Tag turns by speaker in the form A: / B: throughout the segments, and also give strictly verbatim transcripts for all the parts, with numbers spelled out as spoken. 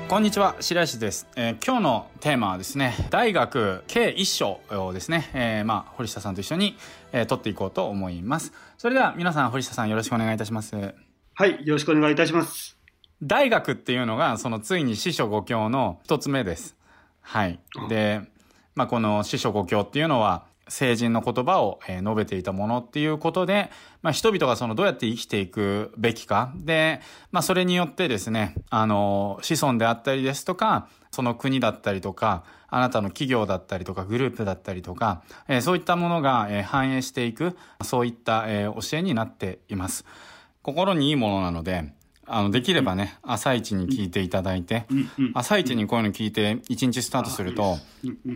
A: こんにちは、白石です、えー、今日のテーマはですね、大学計一章をですね、えー、まあ堀下さんと一緒に、えー、取っていこうと思います。それでは皆さん、堀下さんよろしくお願いいたします。
B: はい、よろしくお願いいたします。
A: 大学っていうのがそのついに四書五経の一つ目です。はい。で、まあこの四書五経っていうのは聖人の言葉を述べていたものっていうことで、まあ人々がそのどうやって生きていくべきか。で、まあそれによってですね、あの、子孫であったりですとか、その国だったりとか、あなたの企業だったりとか、グループだったりとか、えー、そういったものが、えー、反映していく、そういった、えー、教えになっています。心にいいものなので、あの、できればね、朝一に聞いていただいて、朝一にこういうの聞いて一日スタートすると、うん、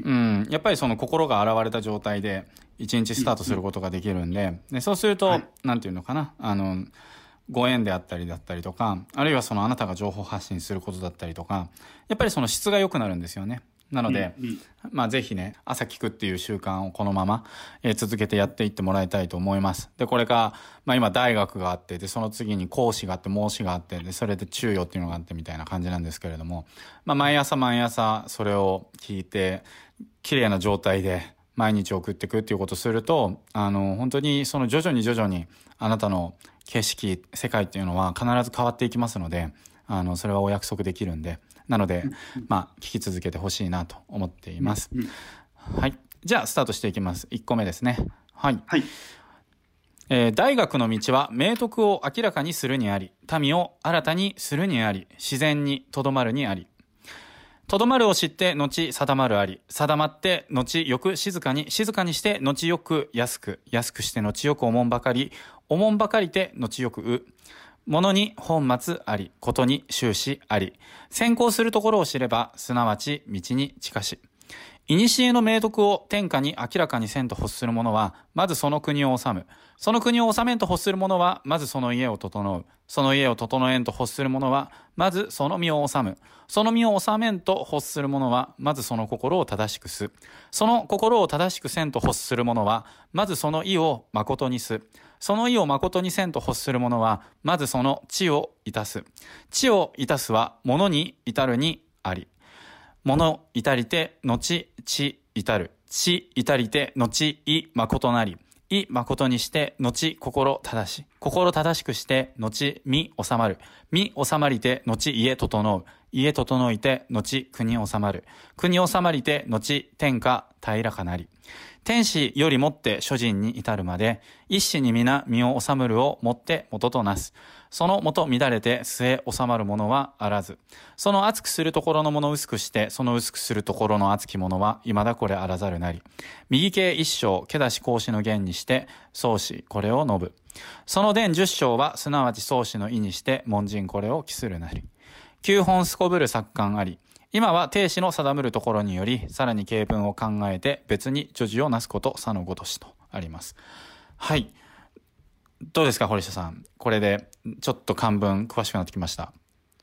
A: やっぱりその心が現れた状態で一日スタートすることができるんで、でそうすると、なんていうのかな、あの、ご縁であったりだったりとか、あるいはそのあなたが情報発信することだったりとか、やっぱりその質が良くなるんですよね。なので、うんうん、まあぜひね、朝聞くっていう習慣をこのまま、えー、続けてやっていってもらいたいと思います。で、これが、まあ今大学があって、で、その次に講師があって、孟子があって、で、それで中庸っていうのがあってみたいな感じなんですけれども、まあ毎朝毎朝それを聞いて、綺麗な状態で毎日送っていくっていうことをすると、あの、本当にその徐々に徐々にあなたの景色、世界っていうのは必ず変わっていきますので、あの、それはお約束できるんで、なので、まあ、聞き続けてほしいなと思っています。はい。じゃあ、スタートしていきます。いっこめですね。はい。はい。えー、大学の道は明徳を明らかにするにあり、民を新たにするにあり、自然にとどまるにあり。とどまるを知って後定まるあり、定まって後よく静かに、静かにして後よく安く、安くして後よくおもんばかり、おもんばかりて後よくう。物に本末あり、ことに終始あり。先行するところを知れば、すなわち道に近し。古の明徳を天下に明らかにせんと欲する者は、まずその国を治む。その国を治めんと欲する者は、まずその家を整う。その家を整えんと欲する者は、まずその身を治む。その身を治めんと欲する者は、まずその心を正しくす。その心を正しくせんと欲する者は、まずその意を誠にす。その意を誠にせんと欲する者は、まずその知をいたす。知をいたすは、物に至るにあり。物至りて、後知至る。知至りて、後意誠なり。意誠にして、後心正し。心正しくして、後身収まる。身収まりて、後家整う。家整いて、後国収まる。国収まりて、後天下平らかなり。天子よりもって諸人に至るまで、一子に皆身を収むるをもって元となす。その元乱れて末収まるものはあらず。その厚くするところのもの薄くして、その薄くするところの厚きものは未だこれあらざるなり。右系一章、けだし孔子の言にして、宗子これを述ぶ。その伝十章は、すなわち宗子の意にして、門人これを記するなり。九本すこぶる作感あり。今は定子の定むるところにより、さらに形文を考えて別に叙事をなすこと、さのごとしとあります。はい。どうですか、堀下さん。これで、ちょっと漢文詳しくなってきました。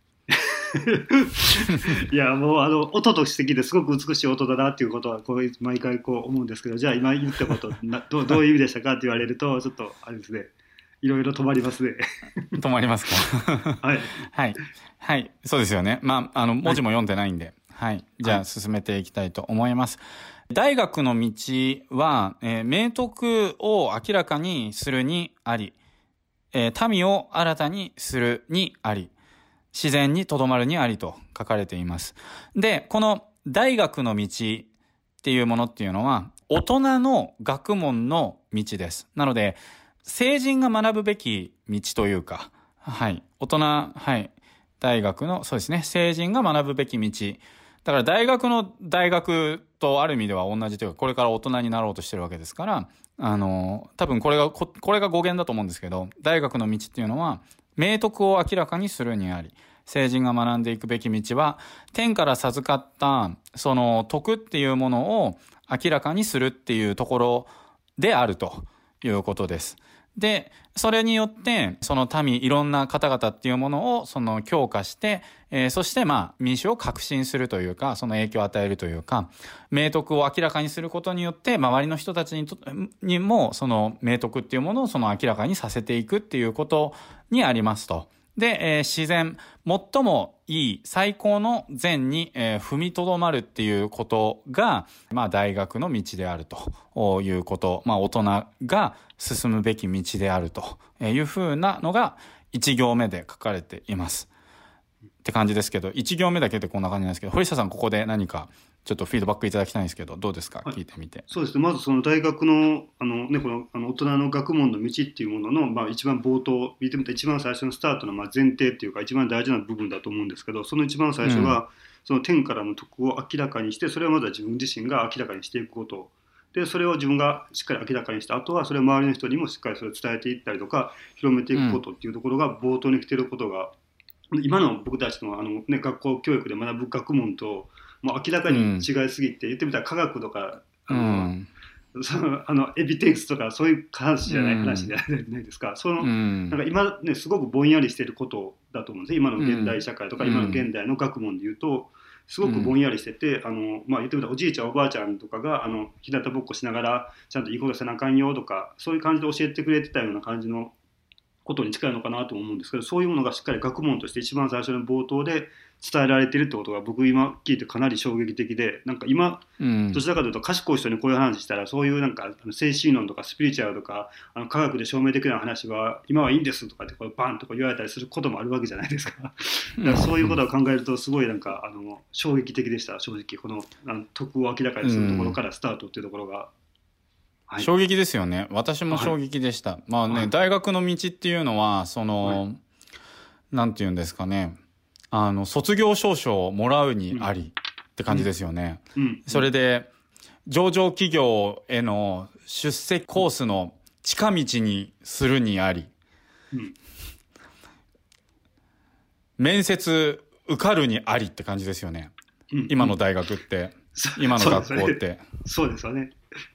B: いや、もう、あの、音としてきてすごく美しい音だなっていうことは、こう、毎回こう思うんですけど、じゃあ今言ったことなどう、どういう意味でしたかって言われると、ちょっと、あれですね。いろいろ止まりますね。
A: 止まりますか。はい。はい。はい。そうですよね。まあ、あの、文字も読んでないんで。はい。はい、じゃあ、進めていきたいと思います。大学の道は、えー、明徳を明らかにするにあり、えー、民を新たにするにあり、自然にとどまるにありと書かれています。で、この大学の道っていうものっていうのは、大人の学問の道です。なので、成人が学ぶべき道というか、はい。大人、はい。大学の、そうですね。成人が学ぶべき道。だから大学の大学とある意味では同じというか、これから大人になろうとしてるわけですから、あの、多分これが、これが語源だと思うんですけど、大学の道っていうのは、明徳を明らかにするにあり、成人が学んでいくべき道は、天から授かった、その徳っていうものを明らかにするっていうところであるということです。で、それによって、その民、いろんな方々っていうものを、その強化して、えー、そしてまあ、民主を革新するというか、その影響を与えるというか、明徳を明らかにすることによって、周りの人たちにと、にも、その明徳っていうものをその明らかにさせていくっていうことにありますとで、えー自然、最もいい、最高の善に、えー踏みとどまるっていうことが、まあ大学の道であるということ、まあ大人が進むべき道であるというふうなのがいち行目で書かれています。って感じですけど、いち行目だけでこんな感じなんですけど、堀下さんここで何かちょっとフィードバックいただきたいんですけど、どうですか、
B: はい、
A: 聞いてみて。
B: そうですね、まずその大学の、あの、ね、この、あの大人の学問の道っていうものの、まあ、一番冒頭、見てみた一番最初のスタートのまあ前提っていうか、一番大事な部分だと思うんですけど、その一番最初が、うん、その天からの徳を明らかにして、それをまずは自分自身が明らかにしていくこと。で、それを自分がしっかり明らかにした、あとはそれを周りの人にもしっかりそれを伝えていったりとか、広めていくことっていうところが冒頭に来ていることが、うん、今の僕たちの、あの、ね、学校教育で学ぶ学問と、もう明らかに違いすぎて、うん、言ってみたら科学とか、あの、うんそのあのエビデンスとかそういう話じゃない話じゃないですか、うん、そのなんか今ねすごくぼんやりしていることだと思うんですね。今の現代社会とか、うん、今の現代の学問でいうとすごくぼんやりしてて、うん、あのまあ、言ってみたらおじいちゃんおばあちゃんとかがあの日向ぼっこしながらちゃんといいことせなあかんよとかそういう感じで教えてくれてたような感じのことに近いのかなと思うんですけど、そういうものがしっかり学問として一番最初の冒頭で伝えられているってことが僕今聞いてかなり衝撃的で、なんか今、うん、どちらかというと賢い人にこういう話したらそういうなんか精神論とかスピリチュアルとかあの科学で証明できない話は今はいいんですとかってこうバンとか言われたりすることもあるわけじゃないですか。だからそういうことを考えるとすごいなんかあの衝撃的でした。正直このあの徳を明らかにするところからスタートっていうところが。
A: はい、衝撃ですよね。私も衝撃でした。はい、まあね、はい、大学の道っていうのは、その、はい、なんていうんですかね、あの、卒業証書をもらうにありって感じですよね。うんうん、それで、上場企業への出席コースの近道にするにあり、うん、面接受かるにありって感じですよね。うん、今の大学って、うん、今の学校って。
B: そうですよね。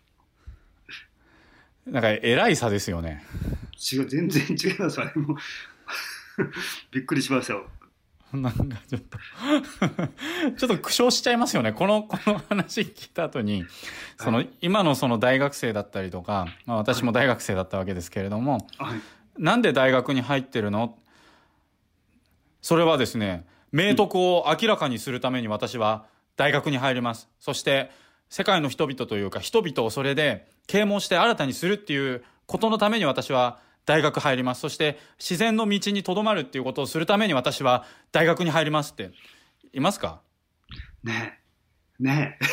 A: なんか偉い差ですよね。
B: 違う、全然違いますわね。もうびっくりしましたよ。
A: なんかちょっとちょっと苦笑しちゃいますよね。このこの話聞いた後に、その、はい、今のその大学生だったりとか、まあ、私も大学生だったわけですけれども、はい、なんで大学に入ってるの？それはですね、明徳を明らかにするために私は大学に入ります。そして世界の人々というか人々をそれで啓蒙して新たにするっていうことのために私は大学入ります。そして自然の道にとどまるっていうことをするために私は大学に入りますっていますか？
B: ねえねえ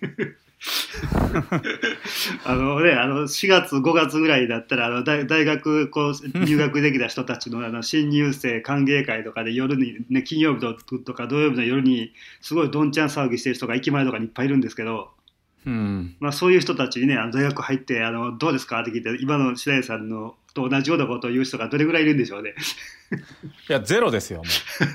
B: あのねあのしがつごがつぐらいだったらあの 大, 大学こう入学できた人たちのあの新入生歓迎会とかで夜に、ね、金曜日とか土曜日の夜にすごいどんちゃん騒ぎしてる人が駅前とかにいっぱいいるんですけど、うんまあ、そういう人たちにねあの大学入ってあのどうですかって聞いて今の白井さんのと同じようなことを言う人がどれぐらいいるんでしょうね。
A: いやゼロですよも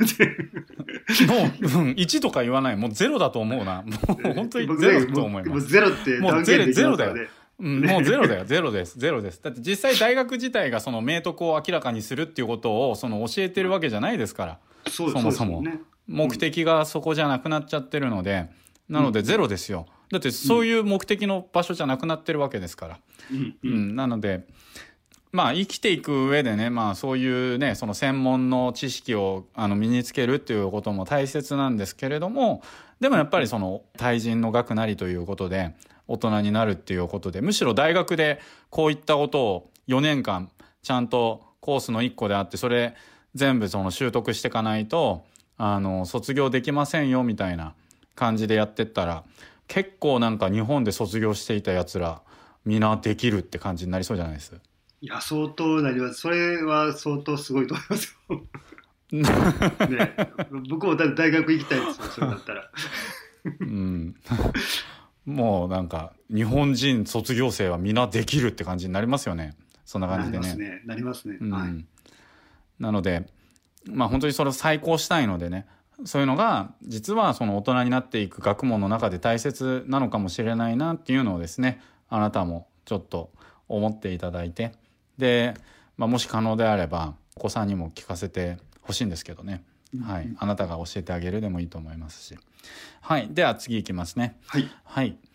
A: うもう、うん、いちとか言わないもうゼロだと思うなもう本当にゼロだと思います。
B: もうゼロって断言できますからね。
A: うん、もうゼロだよゼロですゼロです。だって実際大学自体がその明徳を明らかにするっていうことをその教えてるわけじゃないですから、そもそも、ね、目的がそこじゃなくなっちゃってるので、うん、なのでゼロですよ。だってそういう目的の場所じゃなくなってるわけですから、うんうん、なのでまあ生きていく上でね、まあそういうねその専門の知識をあの身につけるっていうことも大切なんですけれども、でもやっぱりその対人の学なりということで大人になるっていうことで、むしろ大学でこういったことをよねんかんちゃんとコースのいっこであって、それ全部その習得していかないとあの卒業できませんよみたいな感じでやってったら、結構なんか日本で卒業していたやつらみんなできるって感じになりそうじゃないです？
B: いや相当なります。それは相当すごいと思いますよ、ね、僕も大学行きたいですよそれだったら
A: うんもうなんか日本人卒業生はみんなできるって感じになりますよね。そんな感じでね。
B: なりますね。なりますね、
A: うん
B: はい、
A: なのでまあ本当にそれを再考したいのでね、そういうのが実はその大人になっていく学問の中で大切なのかもしれないなっていうのをですね、あなたもちょっと思っていただいて、で、まあ、もし可能であればお子さんにも聞かせてほしいんですけどね、うん、はい、あなたが教えてあげるでもいいと思いますし、はい、では次いきますね。
B: はい、
A: はい、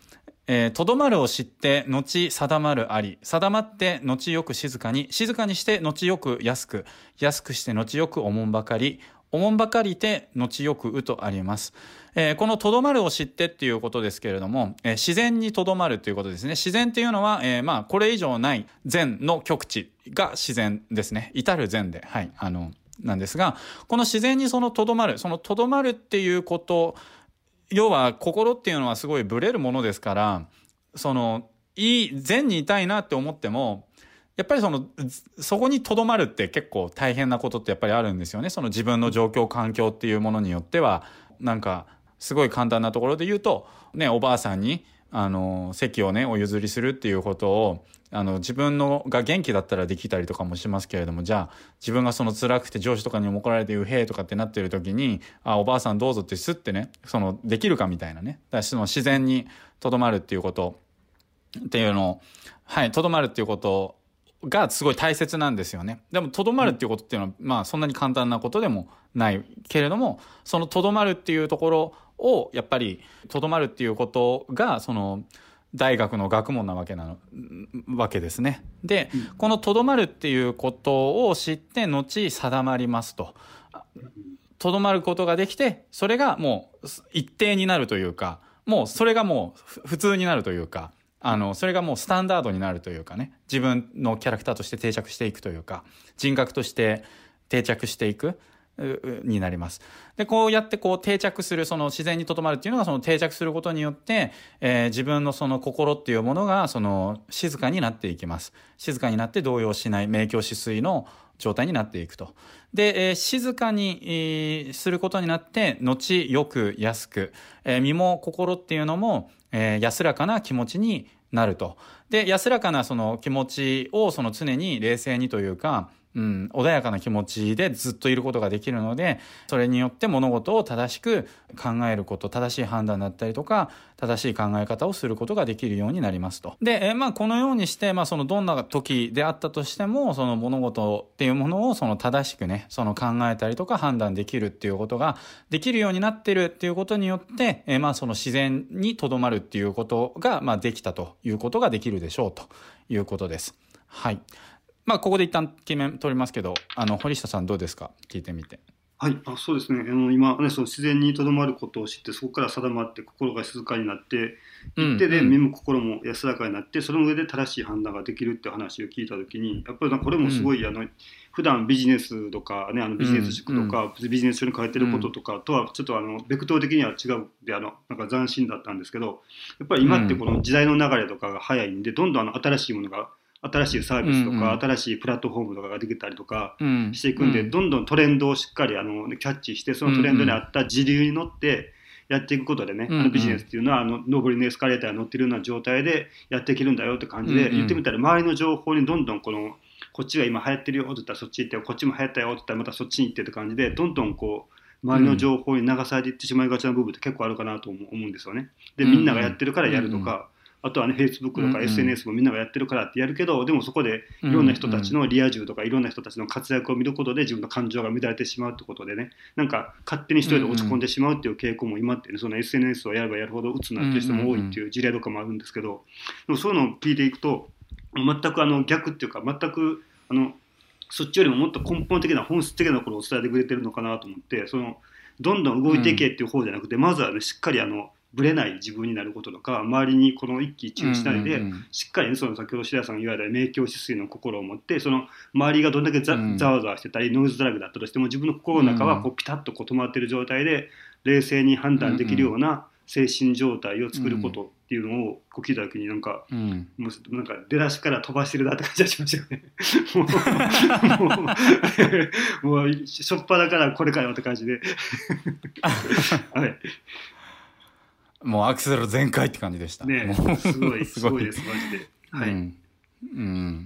A: えー、とどまるを知って後定まるあり、定まって後よく静かに、静かにして後よく安く、安くして後よくおもんばかり、おもんばかりて後よくうとあります。えー、このとどまるを知ってっていうことですけれども、えー、自然にとどまるということですね。自然っていうのは、えー、まあこれ以上ない善の極致が自然ですね。至る善で、はい、あのなんですが、この自然にそのとどまる、そのとどまるっていうこと、要は心っていうのはすごいブレるものですから、そのいい善にいたいなって思っても、やっぱりそのそこにとどまるって結構大変なことってやっぱりあるんですよね。その自分の状況環境っていうものによっては、なんかすごい簡単なところで言うとね、おばあさんにあの席をねお譲りするっていうことを、あの自分のが元気だったらできたりとかもしますけれども、じゃあ自分がその辛くて上司とかにも怒られてうへーとかってなってる時に、あおばあさんどうぞってすってね、そのできるかみたいなね。だからその自然にとどまるっていうことっていうのを、はいとどまるっていうことがすごい大切なんですよね。でもとどまるっていうことっていうのは、うん、まあそんなに簡単なことでもないけれども、そのとどまるっていうところをやっぱりとどまるっていうことがその大学の学問なわけなのわけですね。で、うん、このとどまるっていうことを知って後定まりますと。とどまることができて、それがもう一定になるというか、もうそれがもう普通になるというか。あのそれがもうスタンダードになるというかね、自分のキャラクターとして定着していくというか、人格として定着していくになります。でこうやってこう定着する、その自然にとどまるっていうのが、その定着することによって、えー、自分のその心っていうものがその静かになっていきます。静かになって動揺しない明鏡止水の状態になっていくと。で、えー、静かに、えー、することになって後よく安く、えー、身も心っていうのも、えー、安らかな気持ちになると。で安らかなその気持ちをその常に冷静にというか、うん、穏やかな気持ちでずっといることができるので、それによって物事を正しく考えること、正しい判断だったりとか正しい考え方をすることができるようになりますと。で、えまあこのようにして、まあそのどんな時であったとしても、その物事っていうものをその正しくね、その考えたりとか判断できるっていうことができるようになってるっていうことによって、えまあその自然にとどまるっていうことがまあできたということができるでしょうということです。はい。まあここで一旦決め取りますけど、あの堀下さんどうですか、聞いてみて。
B: はい、あそうですね、あの今ね、その自然にとどまることを知って、そこから定まって心が静かになって一手で身も心も安らかになって、その上で正しい判断ができるっていう話を聞いたときに、やっぱりこれもすごい、うん、あの普段ビジネスとか、ね、あのビジネス塾とか、うん、ビジネス書に書いてることとかとはちょっとあのベクトル的には違うで、あのなんか斬新だったんですけど、やっぱり今ってこの時代の流れとかが早いんで、どんどんあの新しいものが新しいサービスとか、うんうん、新しいプラットフォームとかができたりとかしていくんで、うん、どんどんトレンドをしっかりあのキャッチして、そのトレンドに合った時流に乗ってやっていくことでね、うんうん、あのビジネスっていうのはあの上りのエスカレーターに乗ってるような状態でやっていけるんだよって感じで、うんうん、言ってみたら周りの情報にどんどんこのこっちが今流行ってるよって言ったらそっち行って、こっちも流行ったよって言ったらまたそっちに行ってって感じで、どんどんこう周りの情報に流されていってしまいがちな部分って結構あるかなと思うんですよね。でみんながやってるからやるとか、うんうん、あとはね Facebook とか エスエヌエス もみんながやってるからってやるけど、でもそこでいろんな人たちのリア充とかいろんな人たちの活躍を見ることで自分の感情が乱れてしまうってことでね、なんか勝手に一人で落ち込んでしまうっていう傾向も今ってね、その エスエヌエス をやればやるほど鬱になってる人も多いっていう事例とかもあるんですけど、でもそういうのを聞いていくと全くあの逆っていうか、全くあのそっちよりももっと根本的な本質的なことを伝えてくれてるのかなと思って、そのどんどん動いていけっていう方じゃなくて、まずはねしっかりあのぶれない自分になることとか、周りにこの一喜一憂しないで、うんうんうん、しっかり、ね、その先ほど白谷さんが言われた明鏡止水の心を持って、その周りがどんだけざ,、うん、ざわざわしてたりノイズだらけだったとしても、自分の心の中はこうピタッとこう止まっている状態で冷静に判断できるような精神状態を作ることっていうのをこう聞いた時に、なんか、うん、もうなんか出だしから飛ばしてるなって感じがしましたよね。もうもうしょっぱだからこれかよって感じで、はい。
A: もうアクセル全開って感じでした
B: ね。すごいすごいですマジで。はい。うん、
A: うん、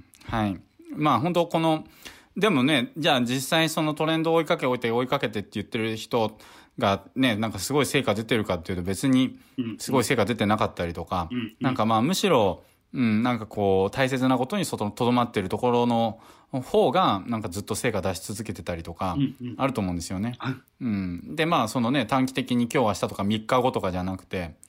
A: はい。まあ本当このでもね、じゃあ実際そのトレンドを追いかけ追いて追いかけてって言ってる人がね、なんかすごい成果出てるかっていうと別にすごい成果出てなかったりとか、うんうん、なんかまあむしろ、うん、なんかこう大切なことにとどまってるところの方がなんかずっと成果出し続けてたりとかあると思うんですよね。うんうん、でまあそのね短期的に今日明日とかみっかごとかじゃなくて、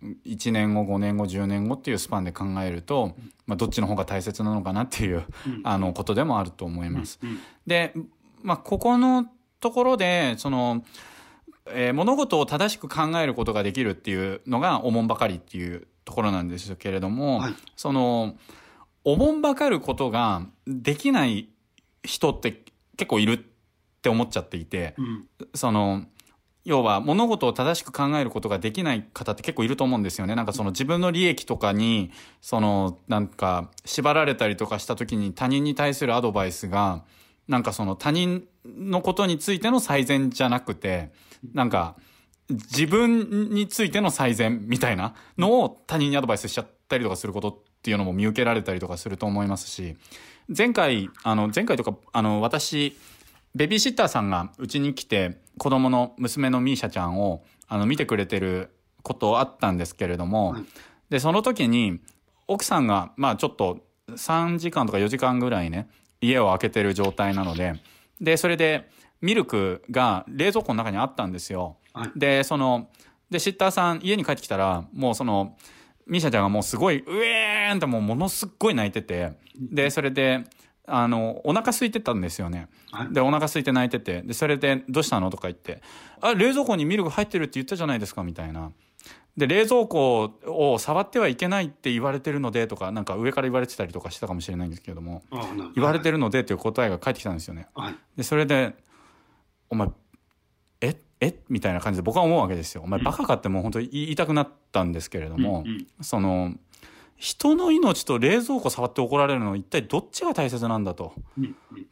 A: いちねんごごねんごじゅうねんごっていうスパンで考えると、まあ、どっちの方が大切なのかなっていう、うん、あのことでもあると思います。うんうん、で、まあ、ここのところでその、えー、物事を正しく考えることができるっていうのがおもんばかりっていうところなんですけれども、はい、そのおもんばかることができない人って結構いるって思っちゃっていて、うん、その要は物事を正しく考えることができない方って結構いると思うんですよね。なんかその自分の利益とかにそのなんか縛られたりとかした時に他人に対するアドバイスがなんかその他人のことについての最善じゃなくてなんか自分についての最善みたいなのを他人にアドバイスしちゃったりとかすることっていうのも見受けられたりとかすると思いますし、前回あの前回とかあの私ベビーシッターさんがうちに来て子供の娘のミーシャちゃんをあの見てくれてることあったんですけれども、はい、でその時に奥さんがまあちょっとさんじかんとかよじかんぐらいね家を空けてる状態なので、でそれでミルクが冷蔵庫の中にあったんですよ、はい、でそのでシッターさん家に帰ってきたらもうそのミーシャちゃんがもうすごいうえーんってもうものすっごい泣いてて、でそれであのお腹空いてたんですよね、はい、でお腹空いて泣いてて、でそれでどうしたのとか言って、あ冷蔵庫にミルク入ってるって言ったじゃないですかみたいな、で冷蔵庫を触ってはいけないって言われてるのでとかなんか上から言われてたりとかしたかもしれないんですけれども、言われてるのでっていう答えが返ってきたんですよね、はい、でそれでお前ええみたいな感じで僕は思うわけですよ。お前バカかってもう本当に言いたくなったんですけれども、うんうん、その人の命と冷蔵庫触って怒られるの一体どっちが大切なんだと、うんうん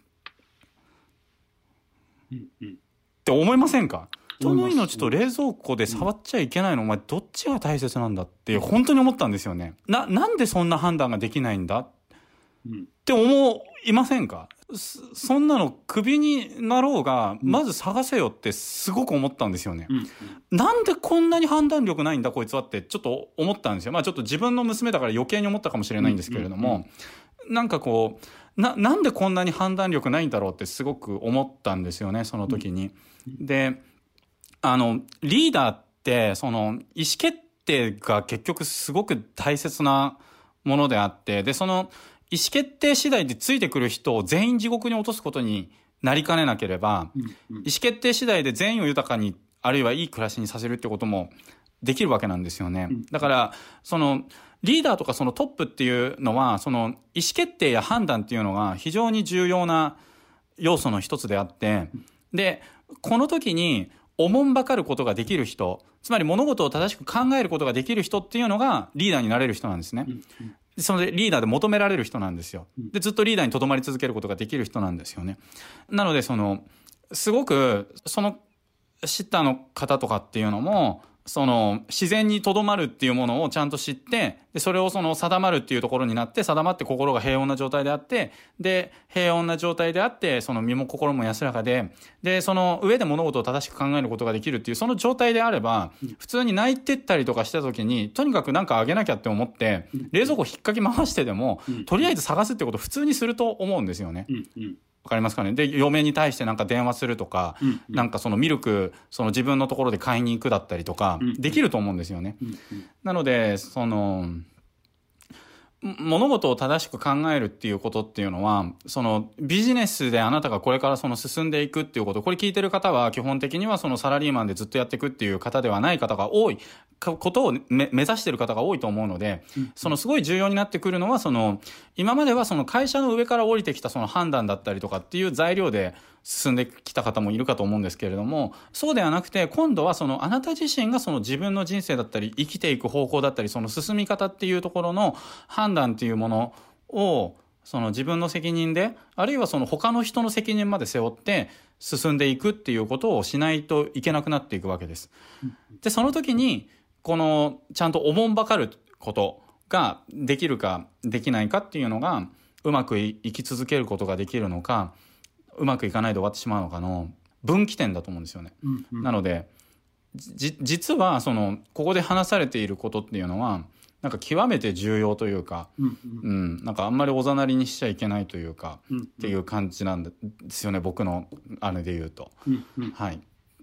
A: うんうん、って思いませんか？人の命と冷蔵庫で触っちゃいけないの、うん、お前どっちが大切なんだって本当に思ったんですよね。な、なんでそんな判断ができないんだ、うん、って思いませんか？そんなのクビになろうがまず探せよってすごく思ったんですよね、うんうん、なんでこんなに判断力ないんだこいつはってちょっと思ったんですよ。まあちょっと自分の娘だから余計に思ったかもしれないんですけれども、うんうんうん、なんかこう な, なんでこんなに判断力ないんだろうってすごく思ったんですよねその時に、うんうん、であのリーダーってその意思決定が結局すごく大切なものであって、でその意思決定次第でついてくる人を全員地獄に落とすことになりかねなければ、うんうん、意思決定次第で全員を豊かにあるいはいい暮らしにさせるってこともできるわけなんですよね、うん、だからそのリーダーとかそのトップっていうのはその意思決定や判断っていうのが非常に重要な要素の一つであって、でこの時におもんばかることができる人、つまり物事を正しく考えることができる人っていうのがリーダーになれる人なんですね、うんうんそのリーダーで求められる人なんですよ。でずっとリーダーにとどまり続けることができる人なんですよね。なのでそのすごくそのシッターの方とかっていうのもその自然にとどまるっていうものをちゃんと知って、でそれをその定まるっていうところになって、定まって心が平穏な状態であって、で平穏な状態であってその身も心も安らかで、でその上で物事を正しく考えることができるっていうその状態であれば、普通に泣いてったりとかした時にとにかくなんかあげなきゃって思って冷蔵庫引っかき回してでもとりあえず探すってことを普通にすると思うんですよね。わかりますかね。で嫁に対してなんか電話するとか、うんうん、なんかそのミルクその自分のところで買いに行くだったりとか、うんうん、できると思うんですよね、うんうん、なのでその物事を正しく考えるっていうことっていうのはそのビジネスであなたがこれからその進んでいくっていうこと、これ聞いてる方は基本的にはそのサラリーマンでずっとやっていくっていう方ではない方が多いことを目指してる方が多いと思うので、そのすごい重要になってくるのはその今まではその会社の上から降りてきたその判断だったりとかっていう材料で進んできた方もいるかと思うんですけれども、そうではなくて今度はそのあなた自身がその自分の人生だったり生きていく方向だったりその進み方っていうところの判断っていうものをその自分の責任で、あるいはその他の人の責任まで背負って進んでいくっていうことをしないといけなくなっていくわけです。でその時にこのちゃんとおもんばかることができるかできないかっていうのがうまく生き続けることができるのかうまくいかないで終わってしまうのかの分岐点だと思うんですよね、うんうん、なのでじ実はそのここで話されていることっていうのはなんか極めて重要というか、うんうんうん、なんかあんまりおざなりにしちゃいけないというか、うんうん、っていう感じなんですよね僕のあれで言うと、うんうん、はい。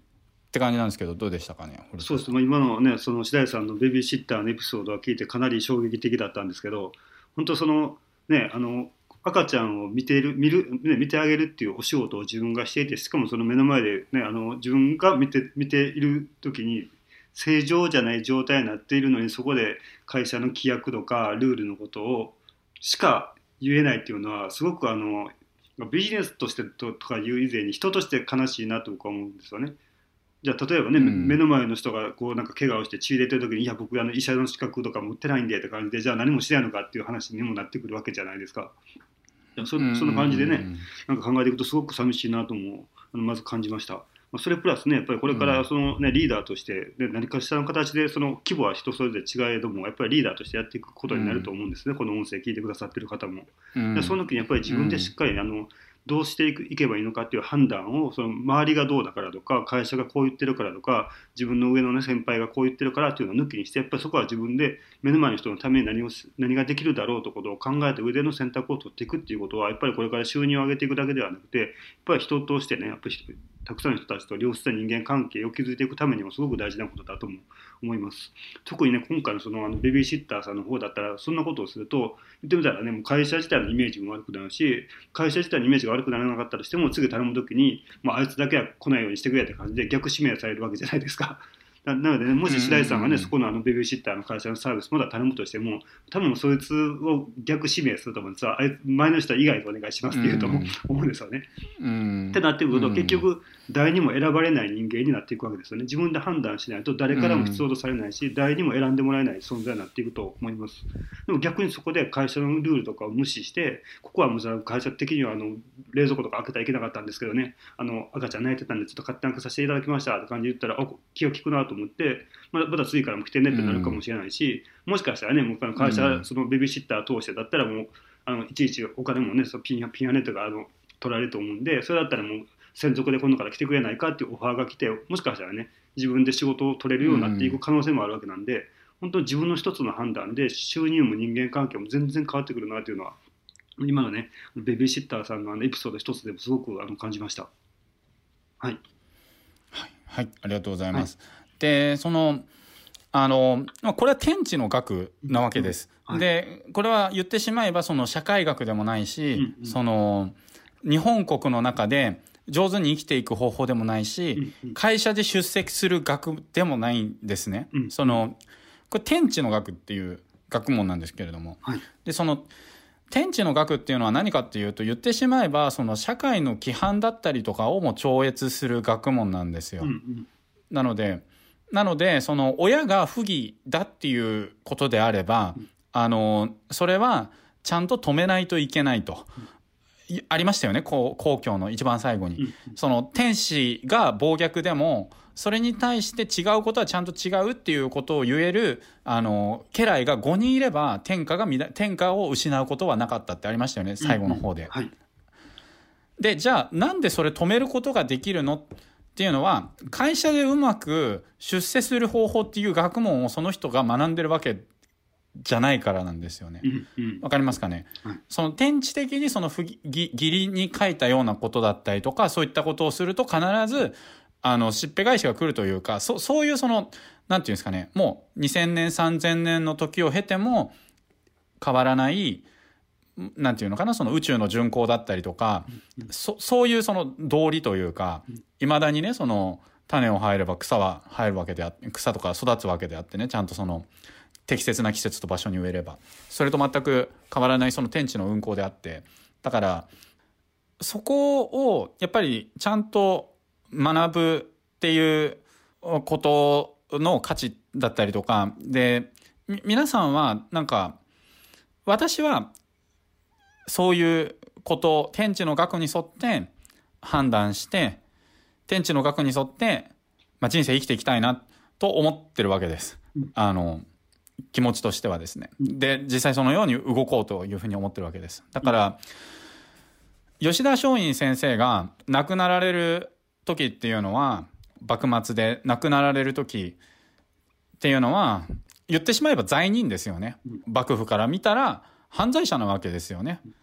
A: って感じなんですけど、どうでしたかね。
B: そうです、まあ、今のねその白石さんのベビーシッターのエピソードを聞いてかなり衝撃的だったんですけど、本当そのねあの赤ちゃんを見ている見る、ね、見てあげるっていうお仕事を自分がしていて、しかもその目の前で、ね、あの自分が見て見ている時に正常じゃない状態になっているのに、そこで会社の規約とかルールのことをしか言えないっていうのはすごくあのビジネスとしてとかいう以前に人として悲しいなと僕は思うんですよね。じゃあ例えばね、うん、目の前の人がこうなんか怪我をして血入れてる時に、いや僕あの医者の資格とか持ってないんでって感じで、じゃあ何もしないのかっていう話にもなってくるわけじゃないですか。そ, その感じでね、なんか考えていくとすごく寂しいなともあのまず感じました。それプラスね、やっぱりこれからその、ね、リーダーとして、ね、何かしらの形でその規模は人それぞれ違えども、やっぱりリーダーとしてやっていくことになると思うんですね、うん、この音声聞いてくださってる方も、うん、その時にやっぱり自分でしっかりあのどうしていくいけばいいのかっていう判断を、その周りがどうだからとか会社がこう言ってるからとか自分の上の、ね、先輩がこう言ってるからっていうのを抜きにして、やっぱりそこは自分で目の前の人のために何を何ができるだろうということを考えた上での選択を取っていくっていうことは、やっぱりこれから収入を上げていくだけではなくて、やっぱり人としてね、やっぱりたくさんの人たちと良質な人間関係を築いていくためにもすごく大事なことだとも思います。特にね、今回のそのあのベビーシッターさんの方だったら、そんなことをすると言ってみたらね、もう会社自体のイメージも悪くなるし、会社自体のイメージが悪くならなかったとしても、次頼む時に、まあ、あいつだけは来ないようにしてくれって感じで逆指名されるわけじゃないですか。なので、ね、もし白井さんがね、そこのあのベビーシッターの会社のサービスまだ頼むとしても、多分そいつを逆指名すると思うんですが、あいつ前の人は以外でお願いしますって言うと思うんですよね。ってなってくると、結局誰にも選ばれない人間になっていくわけですよね。自分で判断しないと誰からも必要とされないし、誰にも選んでもらえない存在になっていくと思います。でも逆にそこで会社のルールとかを無視して、ここはもう会社的にはあの冷蔵庫とか開けたらいけなかったんですけどね、あの赤ちゃん泣いてたんでちょっと勝手に開けさせていただきましたって感じで言ったら、あ、気が利くなと思って、まだ次からも来てねってなるかもしれないし、もしかしたらね、もう会社そのベビーシッター通してだったらもうあのいちいちお金もね、そのピンピンハネとかあの取られると思うんで、それだったらもう専属で今度から来てくれないかっていうオファーが来て、もしかしたらね、自分で仕事を取れるようになっていく可能性もあるわけなんで、本当に自分の一つの判断で収入も人間関係も全然変わってくるなというのは、今のねベビーシッターさんのあのエピソード一つでもすごくあの感じました。はい、
A: はい、はい、ありがとうございます。はい、でそのあのこれは天地の学なわけです。うん、はい、でこれは言ってしまえばその社会学でもないし、うんうん、その日本国の中で上手に生きていく方法でもないし、うんうん、会社で出席する学でもないんですね。うん、そのこれ天地の学っていう学問なんですけれども、はい、でその天地の学っていうのは何かっていうと、言ってしまえばその社会の規範だったりとかをも超越する学問なんですよ。うんうん、なのでなのでその親が不義だっていうことであれば、うん、あのそれはちゃんと止めないといけないと、うん、ありましたよね、こう公共の一番最後に、うんうん、その天使が暴虐でもそれに対して違うことはちゃんと違うっていうことを言えるあの家来がごにんいれば天下が天下を失うことはなかったってありましたよね、最後の方で。うんうん、はい、でじゃあなんでそれ止めることができるのっていうのは、会社でうまく出世する方法っていう学問をその人が学んでるわけじゃないからなんですよね。うんうん、わかりますかね。はい、その天地的にその不義義理に書いたようなことだったりとか、そういったことをすると必ずあのしっぺ返しが来るというか、そそういうそのなんていうんですかね、もうにせんねんさんぜんねんの時を経ても変わらないなんていうのかな、その宇宙の巡行だったりとか、うんうん、そ, そういうその道理というか、いまだにね、その種を生えれば草は生えるわけであって、草とか育つわけであってね、ちゃんとその適切な季節と場所に植えれば、それと全く変わらないその天地の運行であって、だからそこをやっぱりちゃんと学ぶっていうことの価値だったりとかで、皆さんはなんか、私はそういうことを天地の学に沿って判断して、天地の学に沿って、まあ、人生生きていきたいなと思ってるわけです。あの気持ちとしてはですね。で実際そのように動こうというふうに思ってるわけです。だから吉田松陰先生が亡くなられる時っていうのは、幕末で亡くなられる時っていうのは言ってしまえば罪人ですよね。幕府から見たら犯罪者なわけですよね。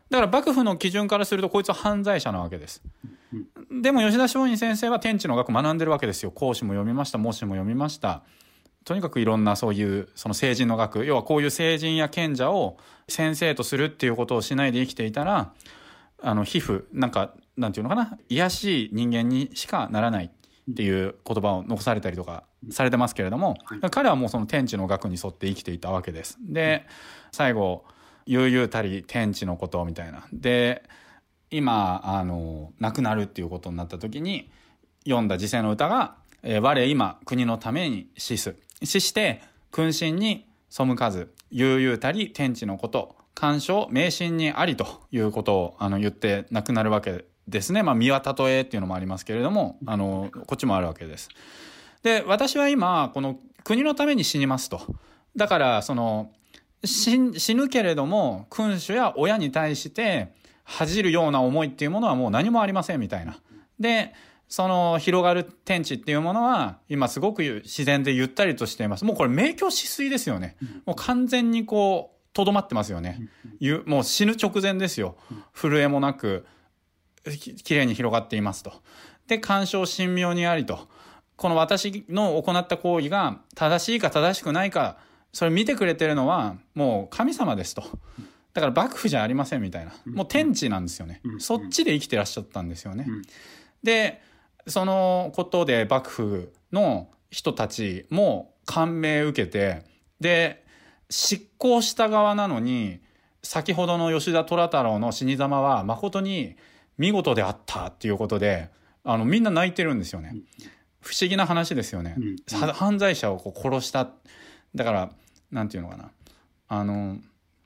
A: だから幕府の基準からするとこいつは犯罪者なわけです。でも吉田松陰先生は天地の学学んでるわけですよ。孔子も読みました、孟子も読みました。とにかくいろんなそういうその聖人の学、要はこういう聖人や賢者を先生とするっていうことをしないで生きていたら、あの皮膚なんかなんていうのかな、卑しい人間にしかならないっていう言葉を残されたりとかされてますけれども、彼はもうその天地の学に沿って生きていたわけです。で最後悠々たり天地のことみたいなで、今あの亡くなるっていうことになった時に読んだ時世の歌が、えー、我今国のために死す死して君臣に背かず悠々たり天地のこと干渉迷信にありということをあの言って亡くなるわけですね。まあ身は例えっていうのもありますけれども、あのこっちもあるわけです。で私は今この国のために死にますと。だからその 死, 死ぬけれども君主や親に対して恥じるような思いっていうものはもう何もありませんみたいな。でその広がる天地っていうものは今すごく自然でゆったりとしています。もうこれ明鏡止水ですよね。もう完全にこうとどまってますよね。もう死ぬ直前ですよ。震えもなくきれいに広がっていますと。で干渉神妙にありと。この私の行った行為が正しいか正しくないかそれ見てくれてるのはもう神様ですと。だから幕府じゃありませんみたいな、もう天地なんですよね。そっちで生きてらっしゃったんですよね。でそのことで幕府の人たちも感銘受けて、で執行した側なのに先ほどの吉田虎太郎の死に様は誠に見事であったっていうことであのみんな泣いてるんですよね。不思議な話ですよね。犯罪者をこう殺した。だからなんていうのかな、あの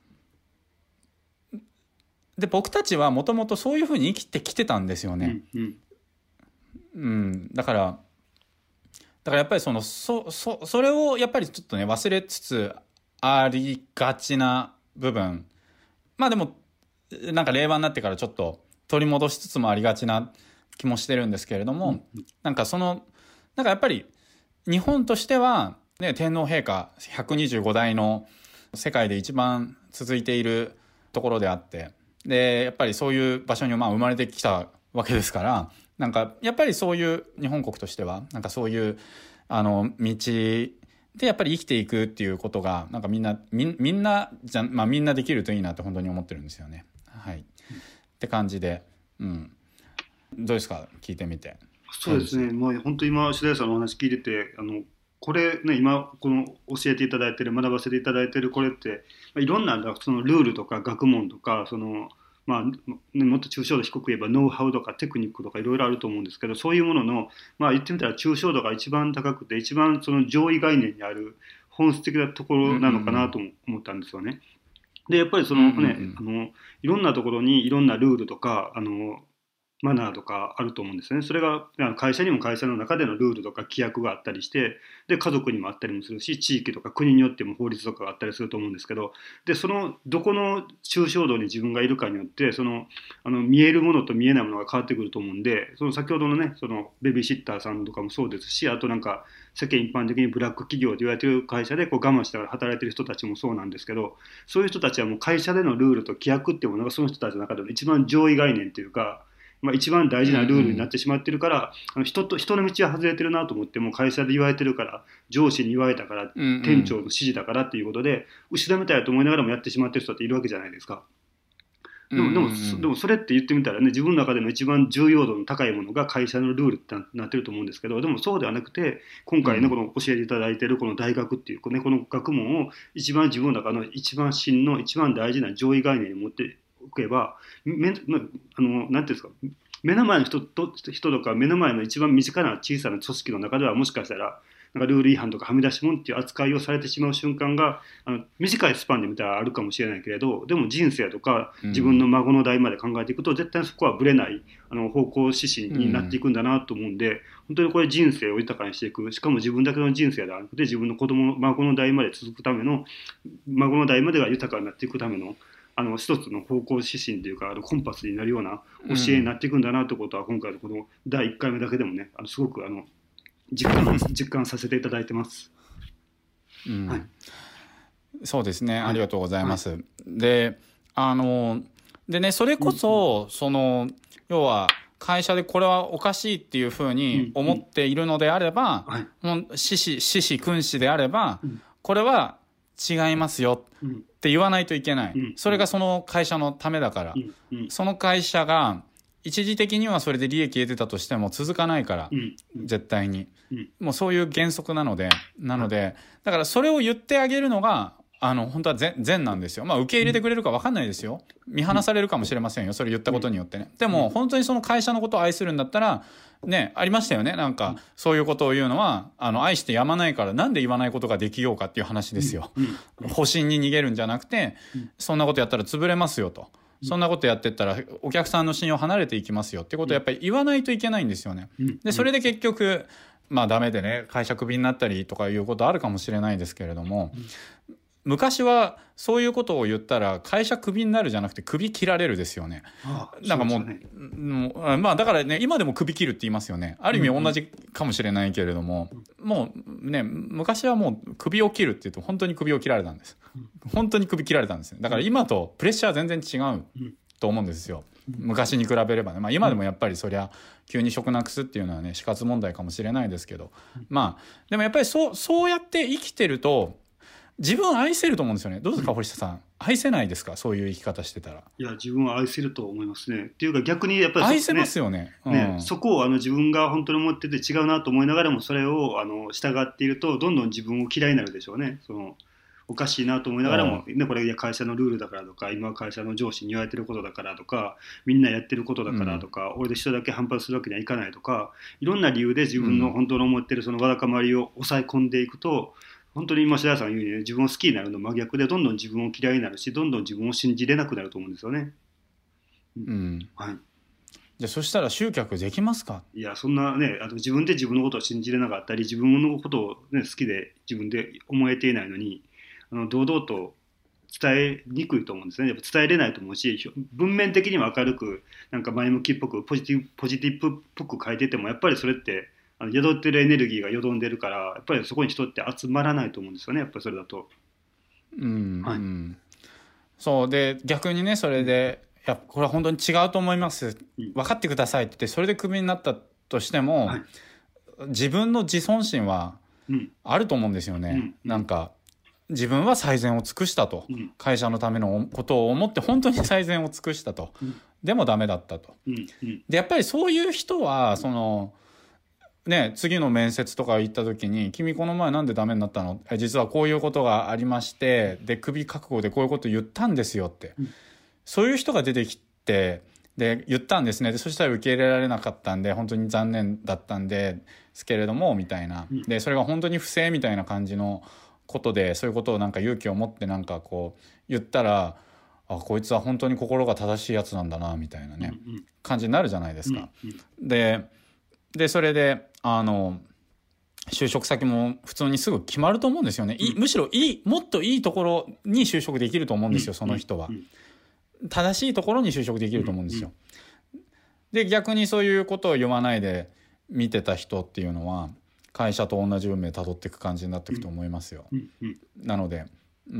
A: で僕たちはもともとそういうふうに生きてきてたんですよね。うん、うん、だからだからやっぱりその そ, そ, それをやっぱりちょっとね忘れつつありがちな部分、まあでもなんか令和になってからちょっと取り戻しつつもありがちな気もしてるんですけれども、うん、なんかそのなんかやっぱり日本としては、ね、天皇陛下ひゃくにじゅうご代の世界で一番続いているところであって、でやっぱりそういう場所にまあ生まれてきたわけですから、なんかやっぱりそういう日本国としてはなんかそういうあの道でやっぱり生きていくっていうことがなんかみんなみ, みんなじゃ、まあ、みんなできるといいなって本当に思ってるんですよね。はい、うん、って感じで、うん、どうですか聞いてみて。
B: そうですね、まあ、本当今白石さんのお話聞いててあのこれね今この教えていただいてる学ばせていただいてるこれって、まあ、いろんなそのルールとか学問とかそのまあね、もっと抽象度低く言えばノウハウとかテクニックとかいろいろあると思うんですけど、そういうものの、まあ、言ってみたら抽象度が一番高くて一番その上位概念にある本質的なところなのかなと思ったんですよね。でやっぱりその、ね、うんうんうん、あのいろんなところにいろんなルールとかあのマナーとかあると思うんですね。それが会社にも会社の中でのルールとか規約があったりして、で家族にもあったりもするし、地域とか国によっても法律とかがあったりすると思うんですけど、でそのどこの抽象度に自分がいるかによってそのあの見えるものと見えないものが変わってくると思うんで、その先ほどのねそのベビーシッターさんとかもそうですし、あとなんか世間一般的にブラック企業と言われている会社でこう我慢しながら働いている人たちもそうなんですけど、そういう人たちはもう会社でのルールと規約っていうものがその人たちの中での一番上位概念というか、まあ、一番大事なルールになってしまってるから、うんうん、あの 人, と人の道は外れてるなと思っても会社で言われてるから上司に言われたから、うんうん、店長の指示だからっていうことで後ろめたいと思いながらもやってしまってる人っているわけじゃないですか。でも、でも、でもそれって言ってみたらね、自分の中での一番重要度の高いものが会社のルールってなってると思うんですけど、でもそうではなくて今回のこの教えていただいているこの大学っていう、ね、この学問を一番自分の中の一番真の一番大事な上位概念に持っておけば、めあのなんていうんですか、目の前の人 と, 人とか目の前の一番身近な小さな組織の中ではもしかしたらなんかルール違反とかはみ出し物っていう扱いをされてしまう瞬間があの短いスパンで見たらあるかもしれないけれど、でも人生とか自分の孫の代まで考えていくと、うん、絶対そこはぶれないあの方向指針になっていくんだなと思うんで、うん、本当にこれ人生を豊かにしていく、しかも自分だけの人生ではなくて自分の子供孫の代まで続くための孫の代までが豊かになっていくためのあの一つの方向指針というかあのコンパスになるような教えになっていくんだなということは、今回のこのだいいっかいめだけでもねあのすごくあの実感実感させていただいてます。
A: うん、はい、そうですね、ありがとうございます。はい、であのでね、それこそ、その要は会社でこれはおかしいっていうふうに思っているのであれば、
B: はい、
A: もう獅子獅子君子であれば、
B: うん、
A: これは違いますよって言わないといけない、うん、それがその会社のためだから、うんうん、その会社が一時的にはそれで利益得てたとしても続かないから、うんうん、絶対に、うん、もうそういう原則なのでなので、だからそれを言ってあげるのがあの本当は善なんですよ。まあ受け入れてくれるか分かんないですよ。見放されるかもしれませんよ、それ言ったことによってね。でも本当にその会社のことを愛するんだったらね、ありましたよね、なんかそういうことを言うのはあの愛してやまないから、なんで言わないことができようかっていう話ですよ。保身に逃げるんじゃなくて、そんなことやったら潰れますよと、そんなことやってったらお客さんの信用離れていきますよってことをやっぱり言わないといけないんですよね。でそれで結局まあダメでね、会社クビになったりとかいうことあるかもしれないですけれども、昔はそういうことを言ったら会社クビになるじゃなくてクビ切られるですよね。ああ、なんかもう、ね、もうまあだからね、今でもクビ切るって言いますよね。ある意味同じかもしれないけれども、うん、もうね、昔はもうクビを切るって言うと本当にクビを切られたんです、うん、本当にクビ切られたんですね。だから今とプレッシャー全然違うと思うんですよ、うん、昔に比べればね。まあ今でもやっぱりそりゃ急に職なくすっていうのはね死活問題かもしれないですけど、まあでもやっぱりそうそうやって生きてると自分を愛せると思うんですよね。どうですか、堀下さん、愛せないですか、そういう生き方してたら。
B: いや、自分は愛せると思いますね。っていうか逆にやっぱり、
A: 愛せますよね、うん
B: ね、そこをあの自分が本当に思ってて違うなと思いながらもそれをあの従っているとどんどん自分を嫌いになるでしょうね。そのおかしいなと思いながらも、ね、これ会社のルールだからとか、今は会社の上司に言われてることだからとか、みんなやってることだからとか、うん、俺で一人だけ反発するわけにはいかないとか、いろんな理由で自分の本当に思ってるそのわだかまりを抑え込んでいくと、本当に今白井さんが言うように、ね、自分を好きになるの真逆でどんどん自分を嫌いになるし、どんどん自分を信じれなくなると思うんですよね。
A: うん、はい、じゃあそしたら集客できますか。
B: いや、そんなね、あと自分で自分のことを信じれなかったり、自分のことを、ね、好きで自分で思えていないのに、あの堂々と伝えにくいと思うんですね。やっぱ伝えれないと思うし、文面的には明るくなんか前向きっぽくポジティブ、ポジティブっぽく書いてても、やっぱりそれってあの宿ってるエネルギーがよどんでるから、やっぱりそこに人って集まらないと思うんですよね、やっぱりそれだと。
A: うん、はい、うん、そうで逆にね、それでいやこれは本当に違うと思います、分かってくださいって言ってそれでクビになったとしても、はい、自分の自尊心はあると思うんですよね、うん、なんか自分は最善を尽くしたと、うん、会社のためのことを思って本当に最善を尽くしたと、うん、でもダメだったと、うんうん、でやっぱりそういう人はそのね、次の面接とか行った時に君この前なんでダメになったの、え実はこういうことがありましてでクビ覚悟でこういうこと言ったんですよって、うん、そういう人が出てきてで言ったんですね。でそしたら受け入れられなかったんで本当に残念だったんですけれどもみたいな、うん、でそれが本当に不正みたいな感じのことでそういうことをなんか勇気を持ってなんかこう言ったらあこいつは本当に心が正しいやつなんだなみたいなね、うんうん、感じになるじゃないですか、うんうん、ででそれであの就職先も普通にすぐ決まると思うんですよね、うん、むしろいいもっといいところに就職できると思うんですよ、その人は、うんうん、正しいところに就職できると思うんですよ、うんうん、で逆にそういうことを言わないで見てた人っていうのは会社と同じ運命たどっていく感じになっていくと思いますよ、うんうん、なので、うん、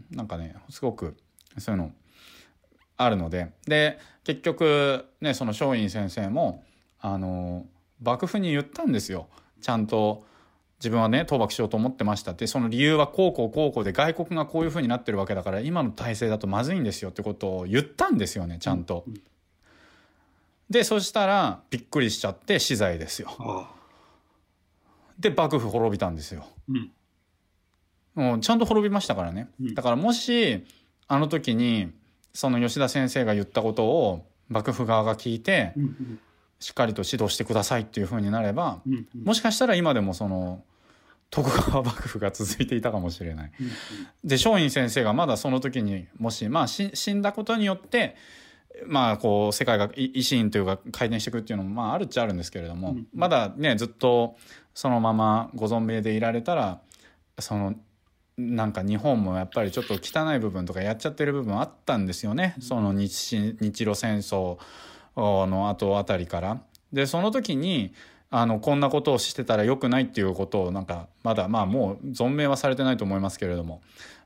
A: なんかねすごくそういうのあるのでで結局ねその松陰先生もあの幕府に言ったんですよ。ちゃんと自分はね倒幕しようと思ってましたって、その理由はこうこうこうこうで外国がこういう風になってるわけだから今の体制だとまずいんですよってことを言ったんですよね、ちゃんと、うん、でそしたらびっくりしちゃって死罪ですよ。ああで幕府滅びたんですよ、うん、もうちゃんと滅びましたからね、うん、だからもしあの時にその吉田先生が言ったことを幕府側が聞いて、うんうんしっかりと指導してくださいっていう風になれば、うんうん、もしかしたら今でもその徳川幕府が続いていたかもしれない、うんうん、で松陰先生がまだその時にもし、まあ、死んだことによってまあこう世界が維新というか回転していくっていうのもまああるっちゃあるんですけれども、うんうん、まだねずっとそのままご存命でいられたらそのなんか日本もやっぱりちょっと汚い部分とかやっちゃってる部分あったんですよね、うん、その 日, 日露戦争の後あたりからでその時にあのこんなことをしてたら良くないっていうことをなんかまだまあもう存命はされてないと思いますけれども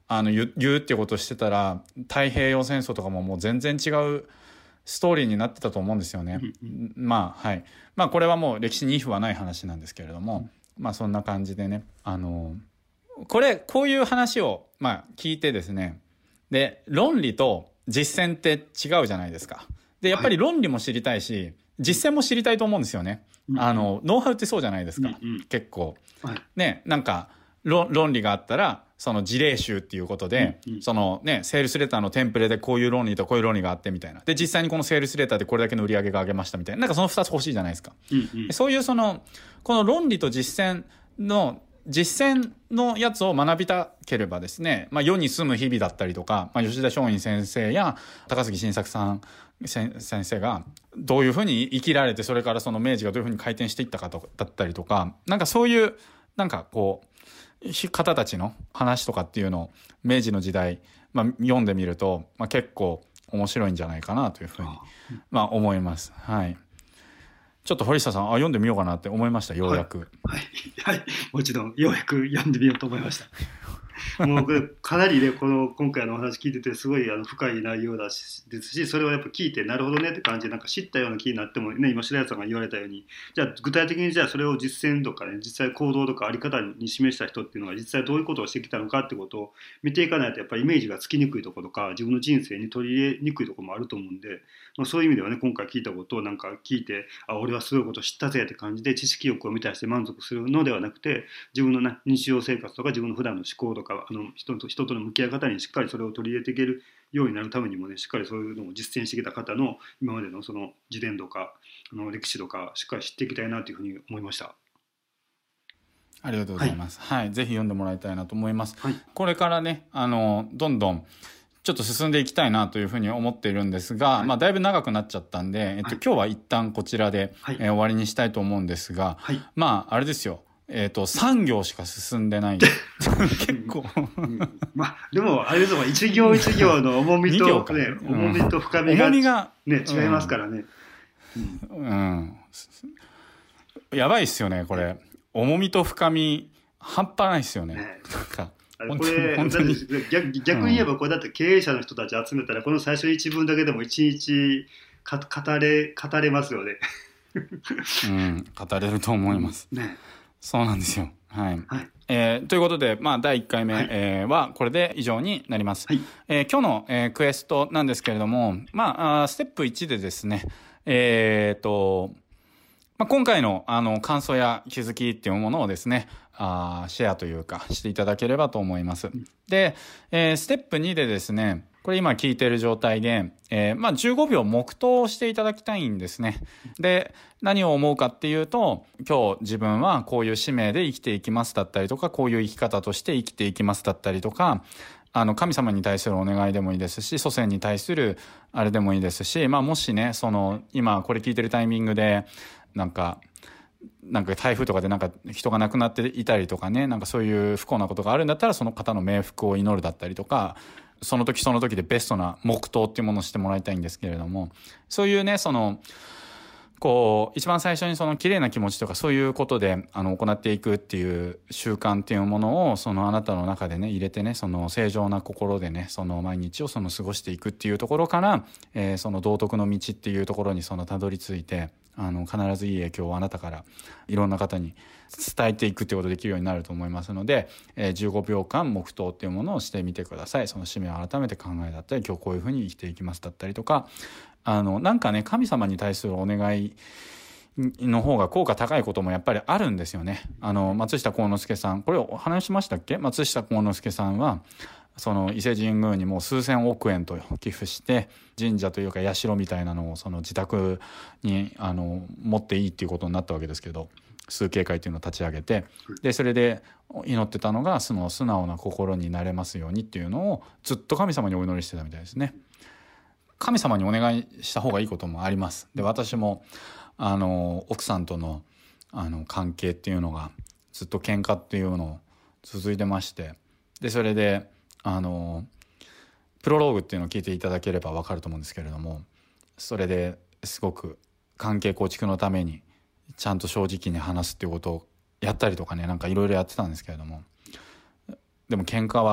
A: あの 言, 言うっていうことをしてたら太平洋戦争とかももう全然違うストーリーになってたと思うんですよね。まあはいまあこれはもう歴史にイフはない話なんですけれども、まあそんな感じでね、あのこれこういう話をまあ聞いてですね、で論理と実践って違うじゃないですか。でやっぱり論理も知りたいし、はい、実践も知りたいと思うんですよね。あのノウハウってそうじゃないですか、うんうん、結構、はい、ね、なんか 論, 論理があったらその事例集っていうことで、うんうん、そのねセールスレターのテンプレでこういう論理とこういう論理があってみたいな、で実際にこのセールスレターでこれだけの売り上げが上げましたみたいな、なんかそのふたつ欲しいじゃないですか、うんうん、そういうそのこの論理と実践の実践のやつを学びたければですね、まあ、世に住む日々だったりとか、まあ、吉田松陰先生や高杉晋作さん先生がどういうふうに生きられて、それからその明治がどういうふうに回転していったかとだったりとか、なんかそういうなんかこう方たちの話とかっていうのを明治の時代、まあ、読んでみると、まあ、結構面白いんじゃないかなというふうに、まあ、思います。はい。ちょっと堀下さん、あ、読んでみようかなって思いました、ようやく。
B: はい、はいはい、もちろんようやく読んでみようと思いました。もうこれかなりね、この今回のお話聞いててすごいあの深い内容だしですし、それをやっぱ聞いてなるほどねって感じで、なんか知ったような気になってもね、今白谷さんが言われたように、じゃあ具体的にじゃあそれを実践とかね、実際行動とかあり方に示した人っていうのが実際どういうことをしてきたのかってことを見ていかないと、やっぱりイメージがつきにくいところとか自分の人生に取り入れにくいところもあると思うんで、まあ、そういう意味ではね、今回聞いたことをなんか聞いて、あ、俺はすごいこと知ったぜって感じで知識欲を満たして満足するのではなくて、自分の、ね、日常生活とか自分の普段の思考とかあの人と人との向き合い方にしっかりそれを取り入れていけるようになるためにもね、しっかりそういうのを実践してきた方の今までのその自伝とかあの歴史とかしっかり知っていきたいなというふうに思いました。
A: ありがとうございます、はいはい、ぜひ読んでもらいたいなと思います、
B: はい、
A: これからね、あのどんどんちょっと進んでいきたいなというふうに思っているんですが、はい、まあ、だいぶ長くなっちゃったんで、えっと、はい、今日は一旦こちらで、はい、えー、終わりにしたいと思うんですが、はい、まああれですよ、えーと、さん行しか進んでない結構、
B: うん、まあでもあれですもん、一行一行の重みと、ね、うん、重みと深みが、重みが、ね、違いますからね、
A: うんうん、やばいっすよねこれ、重みと深み半端ないっすよね、ね、なんか
B: これ本当に逆, 逆に言えばこれだって経営者の人たち集めたらこの最初一文だけでも一日か語れ語れますよね
A: うん、語れると思います、
B: ね、
A: そうなんですよ、はい、
B: はい、
A: えー、ということで、まあ、だいいっかいめ、はい、えー、はこれで以上になります、はい、えー、今日の、えー、クエストなんですけれども、まあ、あステップいちでですね、えーとまあ、今回のあの感想や気づきっていうものをですね、あシェアというかしていただければと思います。で、えー、ステップにでですね、これ今聞いている状態で、えー、まあじゅうごびょう黙祷をしていただきたいんですね。で、何を思うかっていうと、今日自分はこういう使命で生きていきますだったりとか、こういう生き方として生きていきますだったりとか、あの神様に対するお願いでもいいですし、祖先に対するあれでもいいですし、まあもしね、その今これ聞いてるタイミングでなんかなんか台風とかでなんか人が亡くなっていたりとかね、なんかそういう不幸なことがあるんだったら、その方の冥福を祈るだったりとか、その時その時でベストな黙祷っていうものをしてもらいたいんですけれども、そういうね、そのこう一番最初にその綺麗な気持ちとかそういうことであの行っていくっていう習慣っていうものをそのあなたの中でね入れてね、その正常な心でねその毎日をその過ごしていくっていうところから、えー、その道徳の道っていうところにそのたどり着いて、あの必ずいい影響をあなたからいろんな方に伝えていくっていうことができるようになると思いますので、えー、じゅうごびょうかん黙祷っていうものをしてみてください。その使命を改めて考えだったり、今日こういうふうに生きていきますだったりとか、あのなんかね神様に対するお願いの方が効果高いこともやっぱりあるんですよね。あの松下幸之助さん、これお話しましたっけ？松下幸之助さんはその伊勢神宮にもう数千億円と寄付して神社というか社みたいなのをその自宅にあの持っていいっていうことになったわけですけど、崇敬会っていうのを立ち上げて、でそれで祈ってたのがその素直な心になれますようにっていうのをずっと神様にお祈りしてたみたいですね。神様にお願いした方がいいこともあります。で私もあの奥さんとのあの関係っていうのがずっと喧嘩っていうのを続いてまして、でそれであのプロローグっていうのを聞いていただければ分かると思うんですけれども、それですごく関係構築のためにちゃんと正直に話すっていうことをやったりとかね、なんかいろいろやってたんですけれども、でも喧嘩は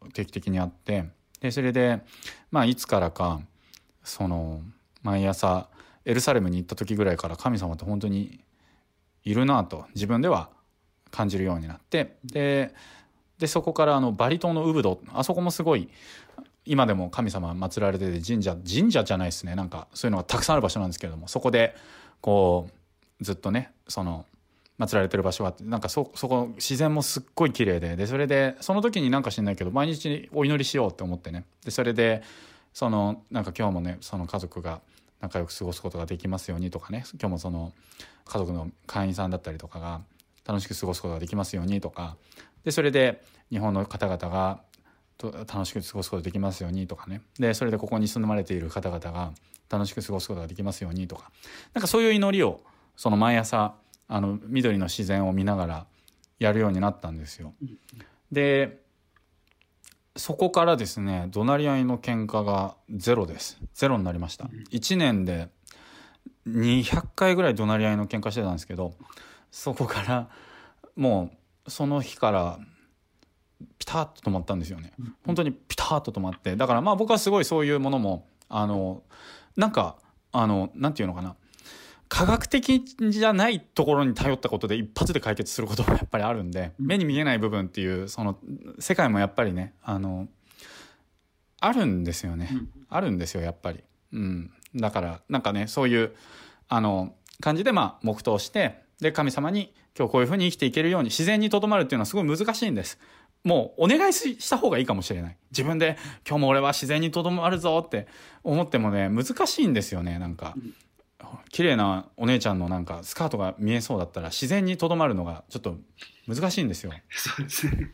A: 定期的にあって、でそれでまあいつからかその毎朝エルサレムに行った時ぐらいから神様って本当にいるなと自分では感じるようになって、ででそこからあのバリ島のウブド、あそこもすごい今でも神様祀られてて、神社神社じゃないですね、なんかそういうのがたくさんある場所なんですけれども、そこでこうずっとねその祀られてる場所があって、なんか そ, そこ自然もすっごい綺麗で、でそれでその時になんか知んないけど毎日お祈りしようって思ってね、でそれでそのなんか今日もねその家族が仲良く過ごすことができますようにとかね、今日もその家族の会員さんだったりとかが楽しく過ごすことができますようにとか、でそれで日本の方々が楽しく過ごすことができますようにとかね、でそれでここに住まれている方々が楽しく過ごすことができますようにとか、なんかそういう祈りをその毎朝あの緑の自然を見ながらやるようになったんですよ。でそこからですね怒鳴り合いの喧嘩がゼロです。ゼロになりました。いちねんでにひゃっかいぐらい怒鳴り合いの喧嘩してたんですけど、そこからもうその日からピタッと止まったんですよね。本当にピタッと止まって、だからまあ僕はすごいそういうものもあのなんかあのなんていうのかな、科学的じゃないところに頼ったことで一発で解決することもやっぱりあるんで、目に見えない部分っていうその世界もやっぱりねあのあるんですよね、うん、あるんですよやっぱり、うん、だからなんかねそういうあの感じでまあ黙祷して、で神様に今日こういうふうに生きていけるように自然にとどまるっていうのはすごい難しいんです。もうお願いした方がいいかもしれない。自分で今日も俺は自然にとどまるぞって思ってもね難しいんですよね。なんか、うん綺麗なお姉ちゃんのなんかスカートが見えそうだったら自然にとどまるのがちょっと難しいんですよ。
B: そうですね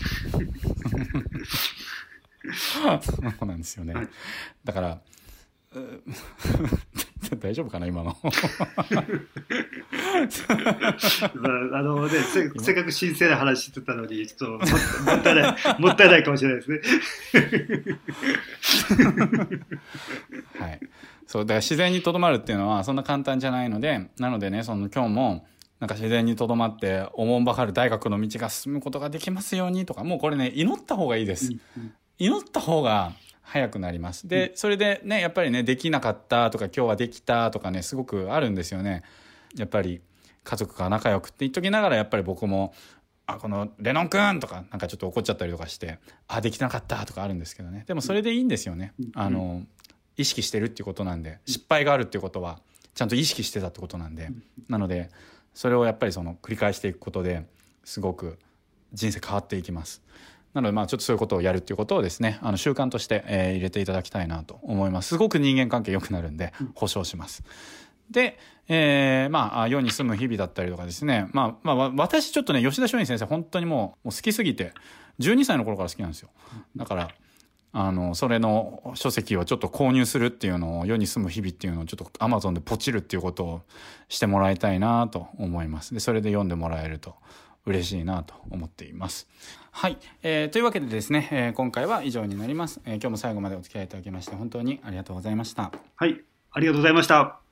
A: そうなんですよね、はい、だから大丈夫かな今の
B: あのね せ, せっかく神聖な話してたのにちょっと も, もったいないもったいないかもしれないですね
A: はい、そうだから自然にとどまるっていうのはそんな簡単じゃないので、なのでねその今日もなんか自然にとどまっておもんばかる大学の道が進むことができますようにとか、もうこれね祈った方がいいです、うんうん、祈った方が早くなります。でそれでねやっぱりねできなかったとか今日はできたとかねすごくあるんですよね。やっぱり家族が仲良くって言っときながらやっぱり僕もあこのレノンくんとかなんかちょっと怒っちゃったりとかしてあできなかったとかあるんですけどね、でもそれでいいんですよね、うん、あの意識してるっていうことなんで、失敗があるっていうことはちゃんと意識してたってことなんで、なのでそれをやっぱりその繰り返していくことですごく人生変わっていきます。なのでまあちょっとそういうことをやるっていうことをですねあの習慣として、えー、入れていただきたいなと思います。すごく人間関係良くなるんで保証します。で、えー、まあ世に住む日々だったりとかですね、まあ、まあ私ちょっとね吉田松陰先生本当にもう、もう好きすぎてじゅうにさいの頃から好きなんですよ。だからあのそれの書籍をちょっと購入するっていうのを、世に住む日々っていうのをちょっと Amazon でポチるっていうことをしてもらいたいなと思います。でそれで読んでもらえると嬉しいなと思っています。はい、えー、というわけでですね、えー、今回は以上になります、えー、今日も最後までお付き合いいただきまして本当にありがとうございました。
B: はい、ありがとうございました。